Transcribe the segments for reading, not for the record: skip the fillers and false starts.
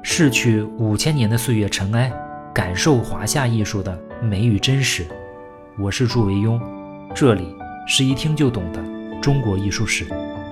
逝去5000年的岁月尘埃，感受华夏艺术的美与真实。我是祝维庸，这里是一听就懂的中国艺术史。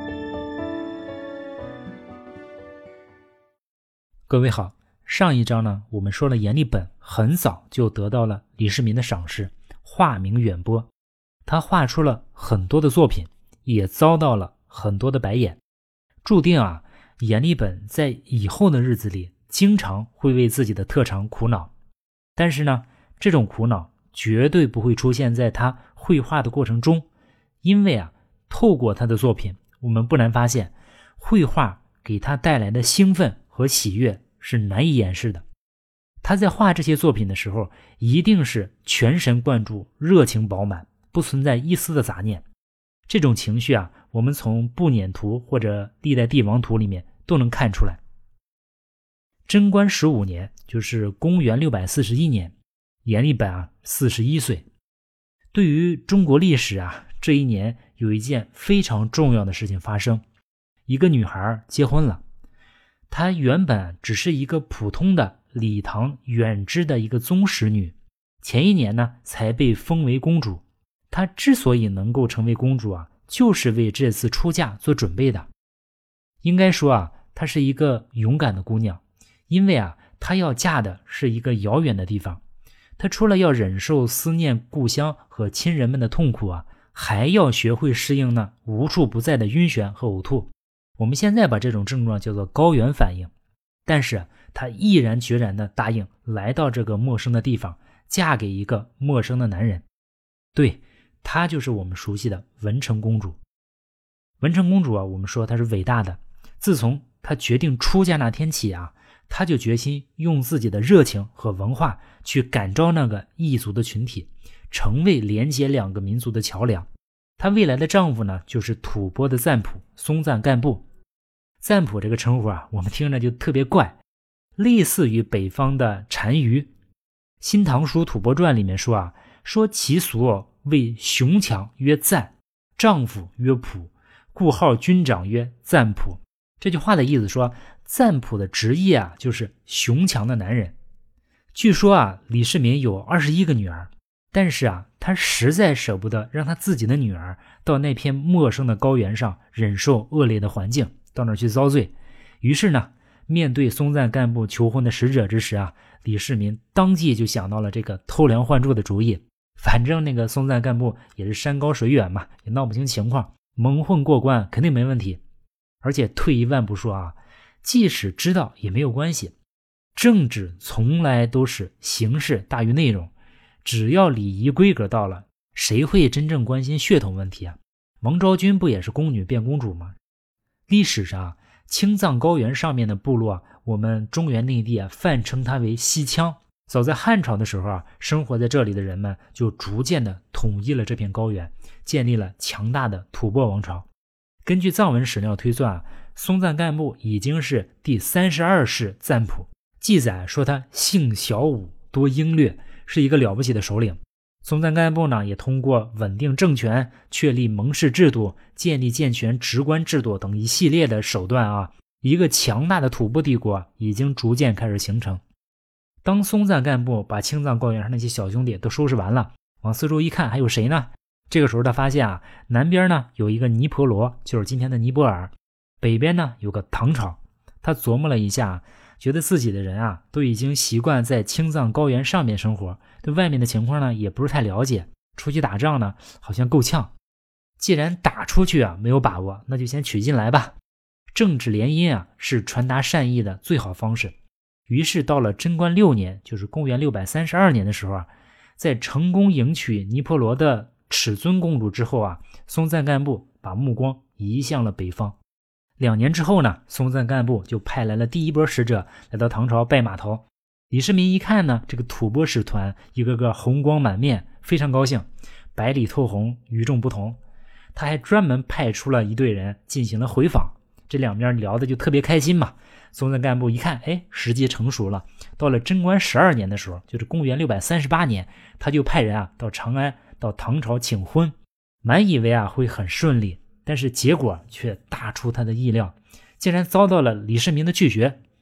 各位好，上一章呢，我们说了阎立本很早就得到了李世民的赏识，画名远播，他画出了很多的作品，也遭到了很多的白眼，注定阎立本在以后的日子里经常会为自己的特长苦恼。但是呢，这种苦恼绝对不会出现在他绘画的过程中，因为透过他的作品，我们不难发现，绘画给他带来的兴奋和喜悦是难以掩饰的。他在画这些作品的时候，一定是全神贯注，热情饱满，不存在一丝的杂念。这种情绪我们从步辇图或者历代帝王图里面都能看出来。贞观15年，就是公元641年，阎立本41岁。对于中国历史这一年有一件非常重要的事情发生，一个女孩结婚了。她原本只是一个普通的李唐远支的一个宗室女，前一年呢才被封为公主。她之所以能够成为公主就是为这次出嫁做准备的。应该说她是一个勇敢的姑娘，因为她要嫁的是一个遥远的地方。她除了要忍受思念故乡和亲人们的痛苦还要学会适应那无处不在的晕眩和呕吐。我们现在把这种症状叫做高原反应。但是她毅然决然地答应来到这个陌生的地方，嫁给一个陌生的男人。对，她就是我们熟悉的文成公主。文成公主我们说她是伟大的。自从她决定出嫁那天起她就决心用自己的热情和文化去感召那个异族的群体，成为连接两个民族的桥梁。她未来的丈夫呢，就是吐蕃的赞普松赞干布。赞普这个称呼我们听着就特别怪，类似于北方的单于。《新唐书吐蕃传》里面说说其俗谓雄强曰赞，丈夫曰普，故号军长曰赞普。这句话的意思说，赞普的直译就是雄强的男人。据说李世民有21个女儿，但是他实在舍不得让他自己的女儿到那片陌生的高原上忍受恶劣的环境，到那儿去遭罪。于是呢，面对松赞干布求婚的使者之时李世民当即就想到了这个偷梁换柱的主意。反正那个松赞干布也是山高水远嘛，也闹不清情况，蒙混过关肯定没问题。而且退一万步说即使知道也没有关系，政治从来都是形式大于内容，只要礼仪规格到了，谁会真正关心血统问题王昭君不也是宫女变公主吗？历史上青藏高原上面的部落我们中原内地泛称它为西羌。早在汉朝的时候生活在这里的人们就逐渐的统一了这片高原，建立了强大的吐蕃王朝。根据藏文史料推算松赞干布已经是第32世赞普，记载说他性骁武，多英略，是一个了不起的首领。松赞干布呢，也通过稳定政权、确立盟誓制度、建立健全职官制度等一系列的手段一个强大的吐蕃帝国已经逐渐开始形成。当松赞干布把青藏高原上那些小兄弟都收拾完了，往四周一看，还有谁呢？这个时候他发现南边呢有一个尼泊罗，就是今天的尼泊尔，北边呢有个唐朝。他琢磨了一下，觉得自己的人都已经习惯在青藏高原上面生活，对外面的情况呢也不是太了解，出去打仗呢好像够呛。既然打出去没有把握，那就先取进来吧。政治联姻是传达善意的最好方式。于是到了贞观6年，就是公元632年的时候在成功迎娶尼泊罗的尺尊公主之后松赞干布把目光移向了北方。2年之后呢，松赞干布就派来了第一波使者来到唐朝拜码头。李世民一看呢，这个吐蕃使团一个个红光满面，非常高兴，百里透红，与众不同。他还专门派出了一队人进行了回访，这两边聊的就特别开心嘛。松赞干布一看，时机成熟了。到了贞观12年的时候，就是公元638年，他就派人到长安到唐朝请婚。满以为会很顺利，但是结果却大出他的意料，竟然遭到了李世民的拒绝。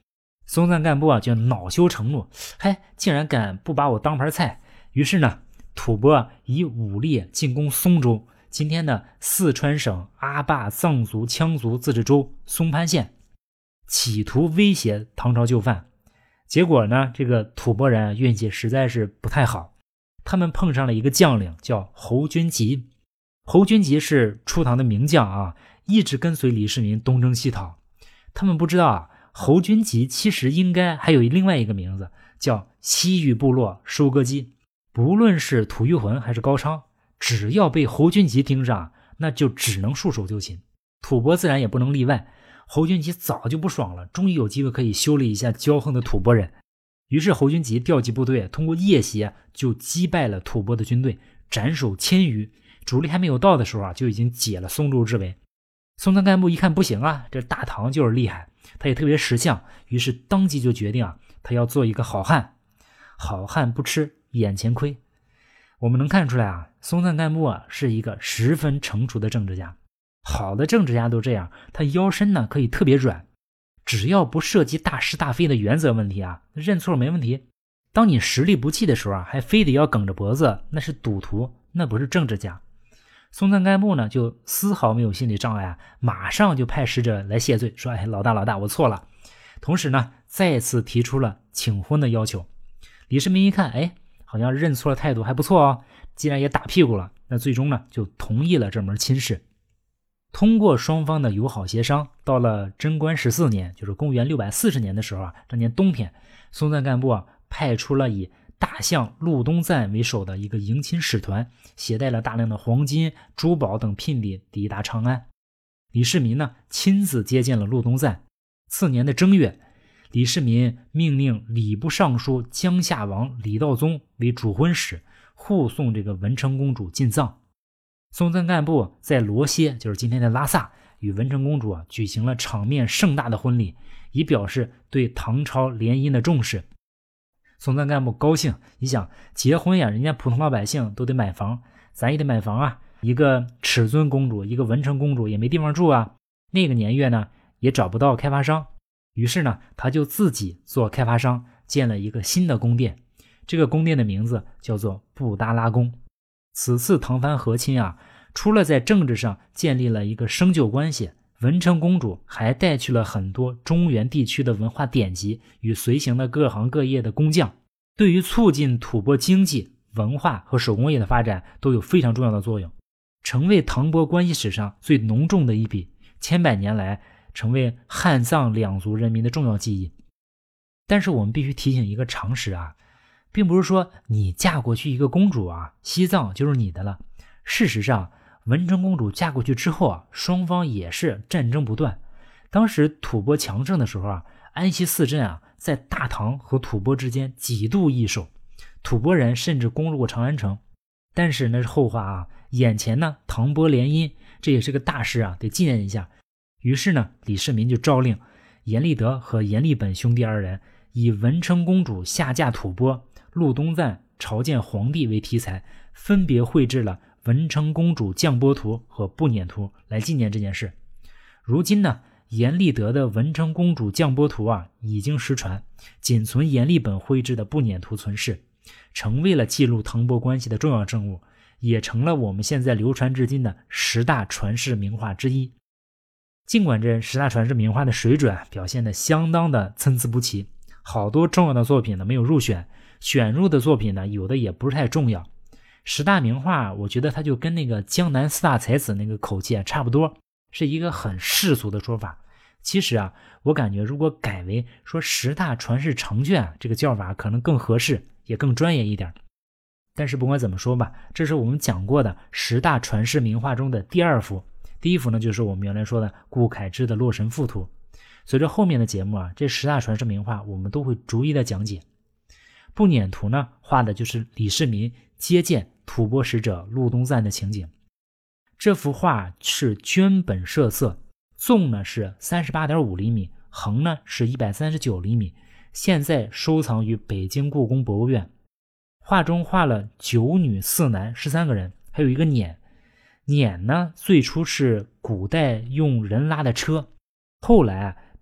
松赞干布啊就恼羞成怒，竟然敢不把我当盘菜。于是呢，吐蕃以武力进攻松州，今天的四川省阿坝藏族羌族自治州松潘县，企图威胁唐朝就范。结果呢，这个吐蕃人运气实在是不太好，他们碰上了一个将领叫侯君集。侯君集是初唐的名将啊，一直跟随李世民东征西讨。他们不知道啊，侯君集其实应该还有另外一个名字，叫西域部落收割机。不论是吐谷浑还是高昌，只要被侯君集盯上，那就只能束手就擒。吐蕃自然也不能例外。侯君集早就不爽了，终于有机会可以修理一下骄横的吐蕃人。于是侯君集调集部队，通过夜袭就击败了吐蕃的军队，斩首1000余。主力还没有到的时候啊，就已经解了松州之围。松赞干布一看不行啊，这大唐就是厉害，他也特别识相，于是当即就决定啊，他要做一个好汉。好汉不吃眼前亏。我们能看出来啊，松赞干布啊是一个十分成熟的政治家。好的政治家都这样，他腰身呢可以特别软，只要不涉及大是大非的原则问题啊，认错没问题。当你实力不济的时候啊，还非得要梗着脖子，那是赌徒，那不是政治家。松赞干布呢就丝毫没有心理障碍啊，马上就派使者来谢罪，说老大我错了。同时呢再次提出了请婚的要求。李世民一看，好像认错的态度还不错哦，既然也打屁股了，那最终呢就同意了这门亲事。通过双方的友好协商，到了贞观14年，就是公元640年的时候啊，这年冬天，松赞干布啊派出了以大相陆东赞为首的一个迎亲使团，携带了大量的黄金、珠宝等聘礼抵达长安。李世民呢亲自接见了陆东赞。次年的正月，李世民命令礼部尚书江夏王李道宗为主婚使，护送这个文成公主进藏。松赞干布在罗歇，就是今天的拉萨，与文成公主举行了场面盛大的婚礼，以表示对唐朝联姻的重视。松赞干布高兴，你想结婚呀，人家普通老百姓都得买房，咱也得买房啊。一个尺尊公主，一个文成公主也没地方住啊。那个年月呢，也找不到开发商，于是呢，他就自己做开发商，建了一个新的宫殿。这个宫殿的名字叫做布达拉宫。此次唐蕃和亲啊，除了在政治上建立了一个生就关系，文成公主还带去了很多中原地区的文化典籍与随行的各行各业的工匠，对于促进吐蕃经济、文化和手工业的发展都有非常重要的作用，成为唐蕃关系史上最浓重的一笔，千百年来成为汉藏两族人民的重要记忆。但是我们必须提醒一个常识啊，并不是说你嫁过去一个公主啊，西藏就是你的了。事实上，文成公主嫁过去之后啊，双方也是战争不断。当时吐蕃强盛的时候啊，安西四镇啊，在大唐和吐蕃之间几度易手，吐蕃人甚至攻入过长安城。但是那是后话啊，眼前呢唐蕃联姻，这也是个大事啊，得纪念一下。于是呢，李世民就诏令阎立德和阎立本兄弟二人以文成公主下嫁吐蕃、陆东赞朝见皇帝为题材，分别绘制了文成公主降钵图和不辇图来纪念这件事。如今呢，阎立德的文成公主降钵图啊已经失传，仅存阎立本绘制的不辇图存世，成为了记录唐蕃关系的重要证物，也成了我们现在流传至今的10大传世名画之一。尽管这10大传世名画的水准表现得相当的参差不齐，好多重要的作品呢没有入选，选入的作品呢有的也不是太重要。10大名画我觉得它就跟那个江南4大才子那个口气差不多，是一个很世俗的说法。其实啊，我感觉如果改为说10大传世长卷，这个叫法可能更合适，也更专业一点。但是不管怎么说吧，这是我们讲过的10大传世名画中的第2幅。第一幅呢，就是我们原来说的顾恺之的《洛神赋图》。随着后面的节目啊，这10大传世名画我们都会逐一的讲解。不辇图呢，画的就是李世民接见吐蕃使者陆东赞的情景。这幅画是绢本设色，纵呢是 38.5 厘米，横呢是139厘米，现在收藏于北京故宫博物院。画中画了9女4男13个人，还有一个辇。辇呢最初是古代用人拉的车，后来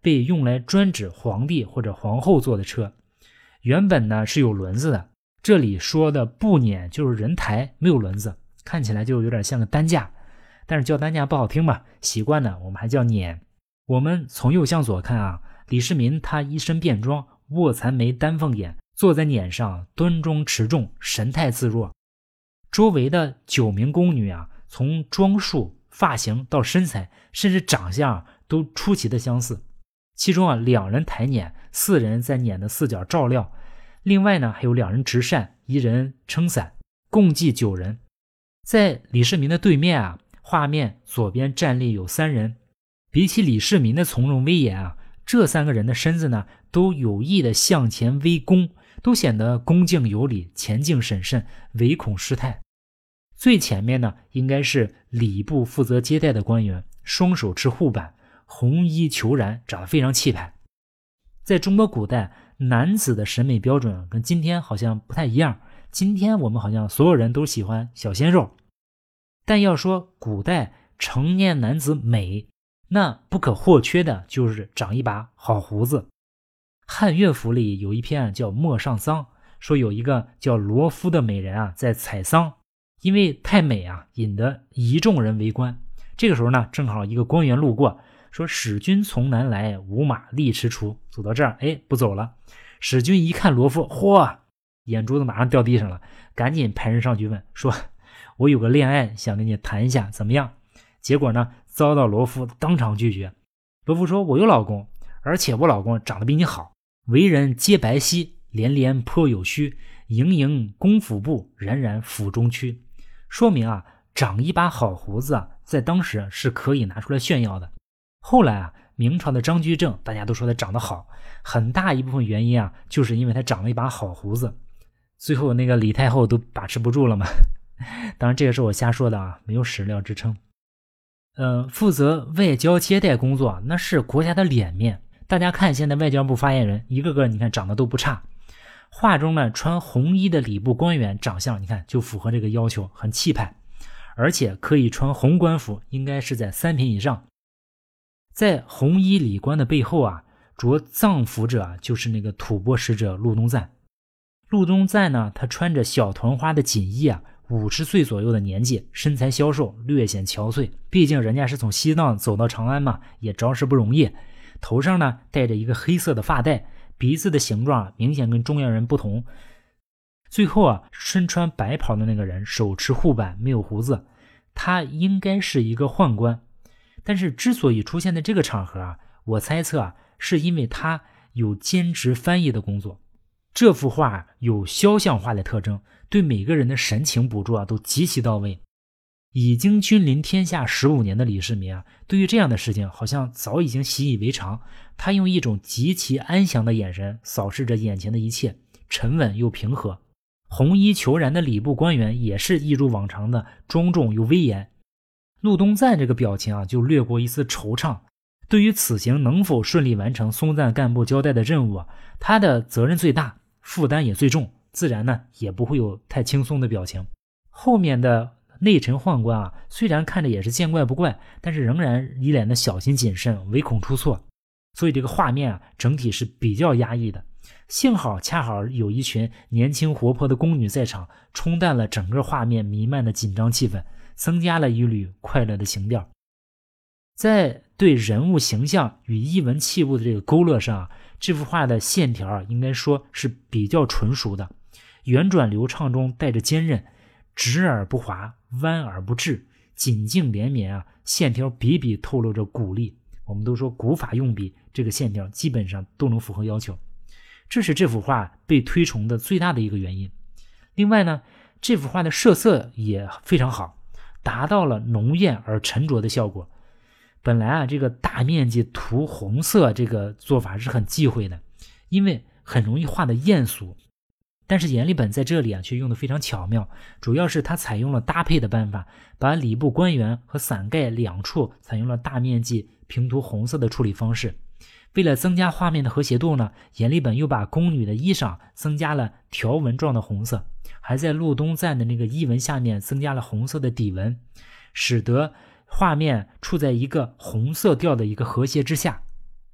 被用来专指皇帝或者皇后坐的车。原本呢是有轮子的，这里说的步辇就是人抬，没有轮子，看起来就有点像个担架，但是叫担架不好听嘛，习惯呢我们还叫辇。我们从右向左看啊，李世民他一身便装，卧蚕眉，丹凤眼，坐在辇上，端庄持重，神态自若。周围的9名宫女啊，从装束、发型到身材，甚至长相都出奇的相似。其中啊，2人抬辇，4人在辇的4角照料，另外呢还有2人执扇，1人撑伞，共计9人。在李世民的对面啊，画面左边站立有3人。比起李世民的从容威严啊，这3个人的身子呢都有意的向前微弓，都显得恭敬有礼，前敬审慎，唯恐失态。最前面呢应该是礼部负责接待的官员，双手持护板，红衣虬髯，长得非常气派。在中国古代，男子的审美标准跟今天好像不太一样，今天我们好像所有人都喜欢小鲜肉，但要说古代成年男子美，那不可或缺的就是长一把好胡子。汉乐府里有一篇叫《陌上桑》，说有一个叫罗敷的美人啊在采桑，因为太美啊，引得一众人围观。这个时候呢，正好一个官员路过，说使君从南来，无马力驰除。走到这儿，不走了。使君一看罗敷，嚯，眼珠子马上掉地上了，赶紧派人上去问，说我有个恋爱想跟你谈一下，怎么样？结果呢，遭到罗敷当场拒绝。罗敷说，我有老公，而且我老公长得比你好，为人皆白皙，连连颇有须，盈盈公府部，冉冉府中区。说明啊，长一把好胡子啊，在当时是可以拿出来炫耀的。后来啊，明朝的张居正，大家都说他长得好，很大一部分原因啊，就是因为他长了一把好胡子。最后那个李太后都把持不住了嘛。当然这个是我瞎说的啊，没有史料支撑。负责外交接待工作，那是国家的脸面。大家看现在外交部发言人，一个个你看长得都不差。画中呢，穿红衣的礼部官员长相，你看就符合这个要求，很气派，而且可以穿红官服，应该是在3品以上。在红衣礼官的背后啊，着藏服者啊，就是那个吐蕃使者陆东赞。陆东赞呢，他穿着小团花的锦衣啊，50岁左右的年纪，身材消瘦，略显憔悴。毕竟人家是从西藏走到长安嘛，也着实不容易。头上呢戴着一个黑色的发带，鼻子的形状明显跟中原人不同。最后啊，身穿白袍的那个人手持护板，没有胡子，他应该是一个宦官。但是之所以出现在这个场合啊，我猜测啊，是因为他有兼职翻译的工作。这幅画有肖像画的特征，对每个人的神情捕捉啊都极其到位。已经君临天下15年的李世民啊，对于这样的事情好像早已经习以为常。他用一种极其安详的眼神扫视着眼前的一切，沉稳又平和。红衣虬髯的礼部官员也是一如往常的庄重又威严。陆东赞这个表情啊，就掠过一丝惆怅。对于此行能否顺利完成松赞干部交代的任务啊，他的责任最大，负担也最重，自然呢也不会有太轻松的表情。后面的内臣宦官啊，虽然看着也是见怪不怪，但是仍然一脸的小心谨慎，唯恐出错。所以这个画面啊，整体是比较压抑的。幸好恰好有一群年轻活泼的宫女在场，冲淡了整个画面弥漫的紧张气氛，增加了一缕快乐的情调。在对人物形象与衣纹器物的这个勾勒上啊，这幅画的线条应该说是比较纯熟的，圆转流畅中带着坚韧，直而不滑，弯而不滞，紧劲连绵啊，线条笔笔透露着古力。我们都说古法用笔，这个线条基本上都能符合要求，这是这幅画被推崇的最大的一个原因。另外呢，这幅画的设色也非常好，达到了浓艳而沉着的效果。本来啊，这个大面积涂红色这个做法是很忌讳的，因为很容易画的艳俗。但是阎立本在这里啊却用得非常巧妙，主要是他采用了搭配的办法，把礼部官员和伞盖两处采用了大面积平涂红色的处理方式。为了增加画面的和谐度呢，阎立本又把宫女的衣裳增加了条纹状的红色，还在陆东赞的那个衣纹下面增加了红色的底纹，使得画面处在一个红色调的一个和谐之下。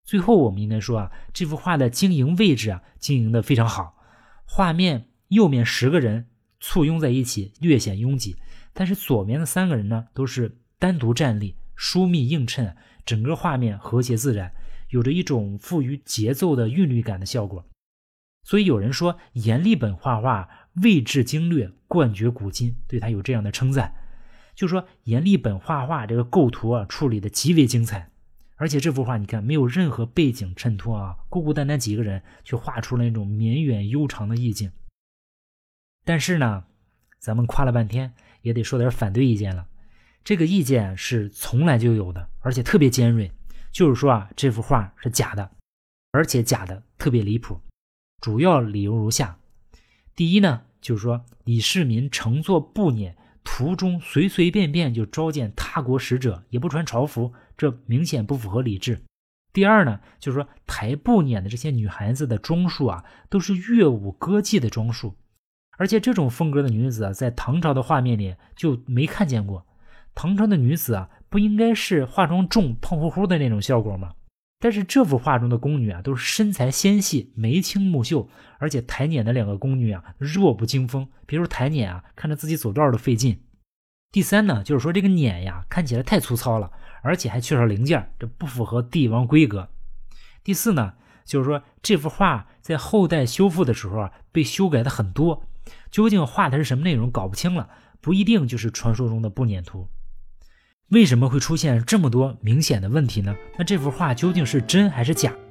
最后我们应该说啊，这幅画的经营位置啊，经营的非常好。画面右面10个人簇拥在一起，略显拥挤，但是左面的3个人呢，都是单独站立，疏密映衬，整个画面和谐自然，有着一种赋予节奏的韵律感的效果。所以有人说阎立本画画位置精略，冠绝古今，对他有这样的称赞，就说阎立本画画这个构图啊处理的极为精彩，而且这幅画你看没有任何背景衬托啊，孤孤单单几个人却画出了那种绵远悠长的意境。但是呢，咱们夸了半天也得说点反对意见了。这个意见是从来就有的，而且特别尖锐，就是说啊，这幅画是假的，而且假的特别离谱。主要理由如下：第一呢，就是说李世民乘坐步辇，途中随随便便就召见他国使者，也不穿朝服，这明显不符合礼制。第二呢，就是说抬步辇的这些女孩子的装束啊，都是乐舞歌伎的装束，而且这种风格的女子啊，在唐朝的画面里就没看见过。唐朝的女子啊，不应该是化妆重、胖乎乎的那种效果吗？但是这幅画中的宫女啊，都是身材纤细，眉清目秀，而且抬辇的2个宫女啊，弱不禁风，别说抬辇啊，看着自己走道都费劲。第三呢，就是说这个辇呀，看起来太粗糙了，而且还缺少零件，这不符合帝王规格。第四呢，就是说这幅画在后代修复的时候啊，被修改的很多，究竟画的是什么内容搞不清了，不一定就是传说中的步辇图。为什么会出现这么多明显的问题呢？那这幅画究竟是真还是假？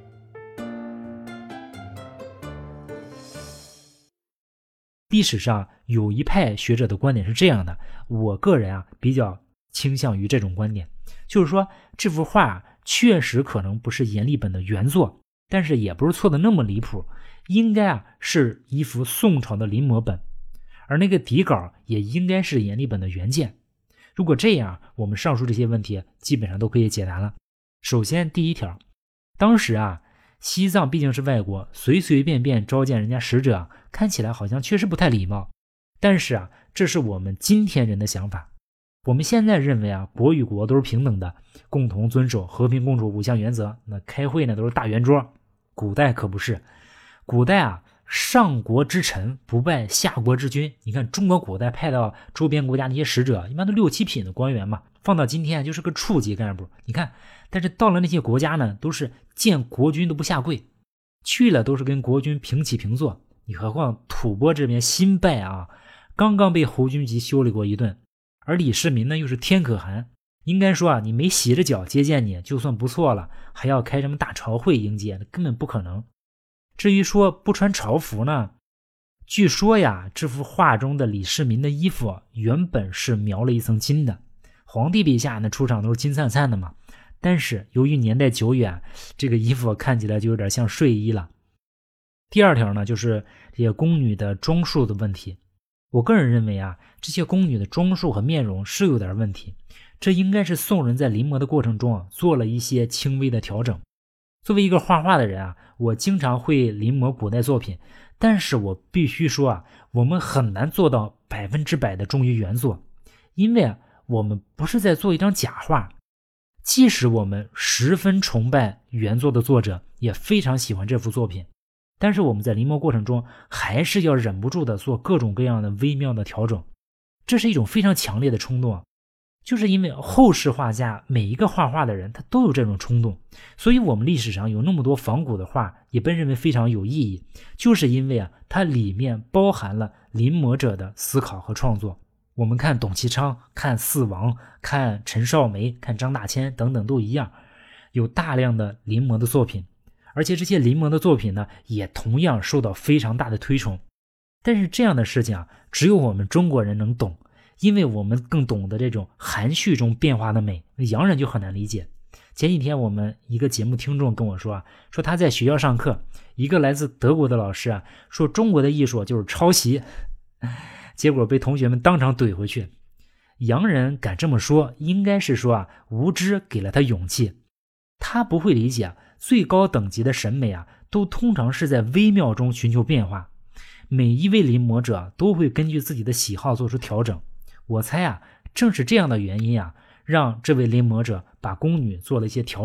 历史上有一派学者的观点是这样的，我个人啊比较倾向于这种观点，就是说这幅画确实可能不是阎立本的原作，但是也不是错的那么离谱，应该啊是一幅宋朝的临摹本，而那个底稿也应该是阎立本的原件。如果这样，我们上述这些问题基本上都可以解答了。首先第一条，当时啊西藏毕竟是外国，随随便便召见人家使者，看起来好像确实不太礼貌。但是啊，这是我们今天人的想法。我们现在认为啊，国与国都是平等的，共同遵守和平共处5项原则。那开会呢都是大圆桌，古代可不是。古代啊，上国之臣不拜下国之君。你看中国古代派到周边国家那些使者，一般都6、7品的官员嘛，放到今天就是个处级干部。你看，但是到了那些国家呢，都是见国君都不下跪，去了都是跟国君平起平坐。你何况吐蕃这边新拜啊，刚刚被侯君集修理过一顿，而李世民呢又是天可汗，应该说啊，你没洗着脚接见你就算不错了，还要开什么大朝会迎接，根本不可能。至于说不穿朝服呢，据说呀，这幅画中的李世民的衣服原本是描了一层金的，皇帝陛下呢出场都是金灿灿的嘛，但是由于年代久远，这个衣服看起来就有点像睡衣了。第二条呢，就是这些宫女的装束的问题。我个人认为啊，这些宫女的装束和面容是有点问题，这应该是宋人在临摹的过程中做了一些轻微的调整。作为一个画画的人啊，我经常会临摹古代作品，但是我必须说啊，我们很难做到100%的忠于原作，因为啊，我们不是在做一张假画。即使我们十分崇拜原作的作者，也非常喜欢这幅作品，但是我们在临摹过程中还是要忍不住的做各种各样的微妙的调整，这是一种非常强烈的冲动啊。就是因为后世画家每一个画画的人他都有这种冲动，所以我们历史上有那么多仿古的画也被认为非常有意义，就是因为啊，它里面包含了临摹者的思考和创作。我们看董其昌，看四王，看陈少梅，看张大千等等都一样，有大量的临摹的作品，而且这些临摹的作品呢，也同样受到非常大的推崇。但是这样的事情啊，只有我们中国人能懂，因为我们更懂得这种含蓄中变化的美，洋人就很难理解。前几天我们一个节目听众跟我说说他在学校上课，一个来自德国的老师啊，说中国的艺术就是抄袭，结果被同学们当场怼回去。洋人敢这么说，应该是说啊，无知给了他勇气。他不会理解啊，最高等级的审美啊，都通常是在微妙中寻求变化。每一位临摹者都会根据自己的喜好做出调整。我猜啊，正是这样的原因啊，让这位临摹者把宫女做了一些调整，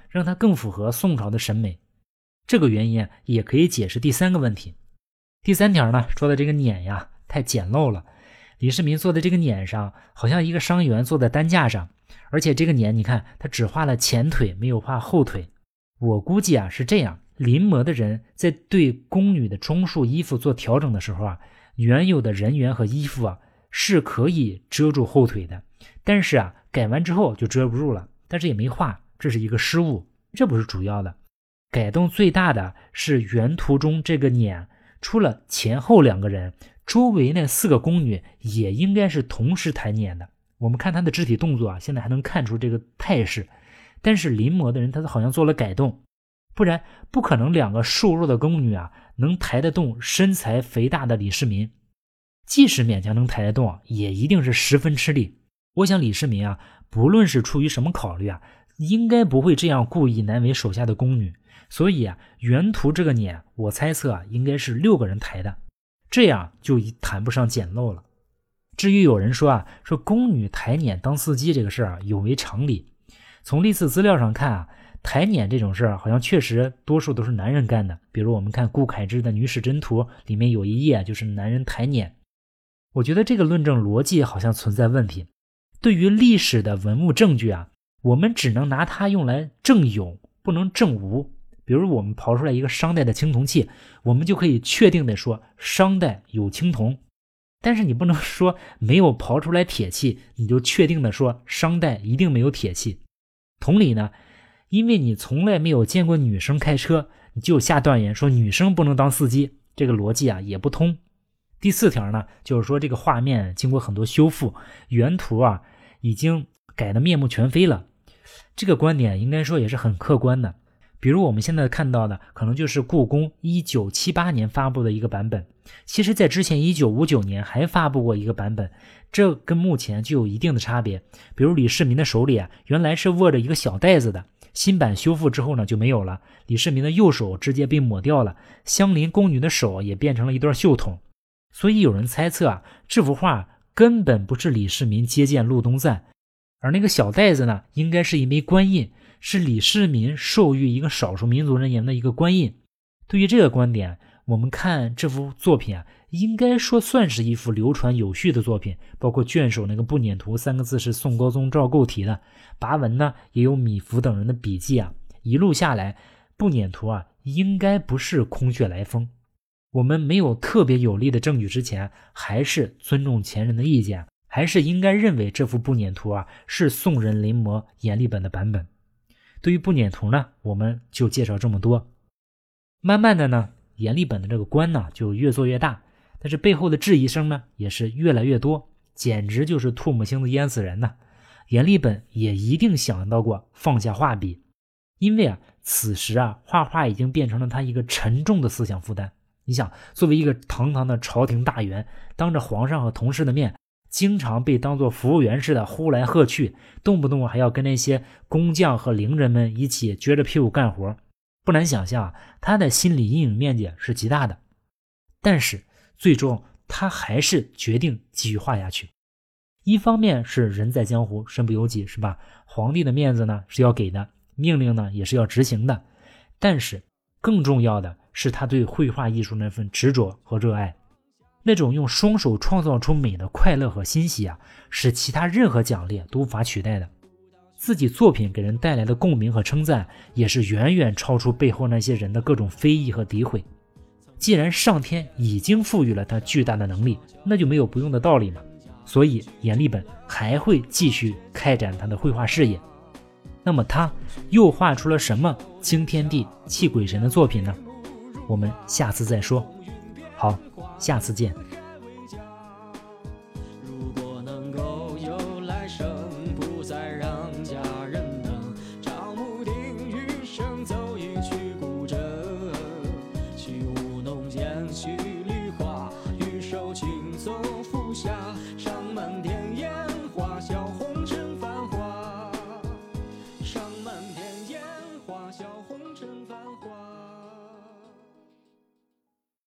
让它更符合宋朝的审美。这个原因也可以解释第三个问题。第三条呢，说的这个辇呀太简陋了，李世民坐的这个辇上好像一个伤员坐在担架上，而且这个辇你看他只画了前腿没有画后腿。我估计是这样，临摹的人在对宫女的装束衣服做调整的时候原有的人员和衣服是可以遮住后腿的，但是改完之后就遮不住了，但是也没画，这是一个失误，这不是主要的。改动最大的是原图中这个辇，除了前后两个人，周围那4个宫女也应该是同时抬辇的。我们看她的肢体动作现在还能看出这个态势，但是临摹的人他好像做了改动，不然不可能2个瘦弱的宫女能抬得动身材肥大的李世民，即使勉强能抬得动也一定是十分吃力。我想李世民不论是出于什么考虑应该不会这样故意难为手下的宫女，所以原图这个辇我猜测应该是6个人抬的，这样就谈不上简陋了。至于有人说宫女抬辇当司机这个事有违常理，从历次资料上看抬辇这种事好像确实多数都是男人干的，比如我们看顾恺之的《女史箴图》里面有一页就是男人抬辇。我觉得这个论证逻辑好像存在问题。对于历史的文物证据我们只能拿它用来证有，不能证无。比如我们刨出来一个商代的青铜器，我们就可以确定的说商代有青铜，但是你不能说没有刨出来铁器你就确定的说商代一定没有铁器。同理呢，因为你从来没有见过女生开车，你就下断言说女生不能当司机，这个逻辑也不通。第4条呢，就是说这个画面经过很多修复，原图已经改得面目全非了。这个观点应该说也是很客观的。比如我们现在看到的可能就是故宫1978年发布的一个版本，其实在之前1959年还发布过一个版本，这跟目前就有一定的差别。比如李世民的手里原来是握着一个小袋子的，新版修复之后呢就没有了，李世民的右手直接被抹掉了，相邻宫女的手也变成了一段袖筒。所以有人猜测这幅画根本不是李世民接见禄东赞，而那个小袋子呢应该是一枚官印，是李世民授予一个少数民族人员的一个官印。对于这个观点，我们看这幅作品应该说算是一幅流传有序的作品，包括卷首那个不辇图3个字是宋高宗赵构题的，跋文呢也有米芾等人的笔记一路下来不辇图应该不是空穴来风。我们没有特别有力的证据之前，还是尊重前人的意见，还是应该认为这幅不辇图是宋人临摹阎立本的版本。对于不辇图呢，我们就介绍这么多。慢慢的呢，阎立本的这个官呢就越做越大，但是背后的质疑声呢也是越来越多，简直就是唾沫星子淹死人呢。阎立本也一定想到过放下画笔，因为此时画画已经变成了他一个沉重的思想负担。你想，作为一个堂堂的朝廷大员，当着皇上和同事的面，经常被当作服务员似的呼来喝去，动不动还要跟那些工匠和伶人们一起撅着屁股干活，不难想象他的心理阴影面积是极大的。但是最终他还是决定继续画下去。一方面是人在江湖身不由己，是吧？皇帝的面子呢是要给的，命令呢也是要执行的，但是更重要的是他对绘画艺术那份执着和热爱，那种用双手创造出美的快乐和欣喜是其他任何奖励都无法取代的。自己作品给人带来的共鸣和称赞，也是远远超出背后那些人的各种非议和诋毁。既然上天已经赋予了他巨大的能力，那就没有不用的道理嘛。所以阎立本还会继续开展他的绘画事业。那么他又画出了什么惊天地泣鬼神的作品呢？我们下次再说。好，下次见。 如果能够有来生，不再让家人等，赵牧丁余生奏一曲古筝，起舞弄剑，戏梨花，玉手轻松拂下，上满天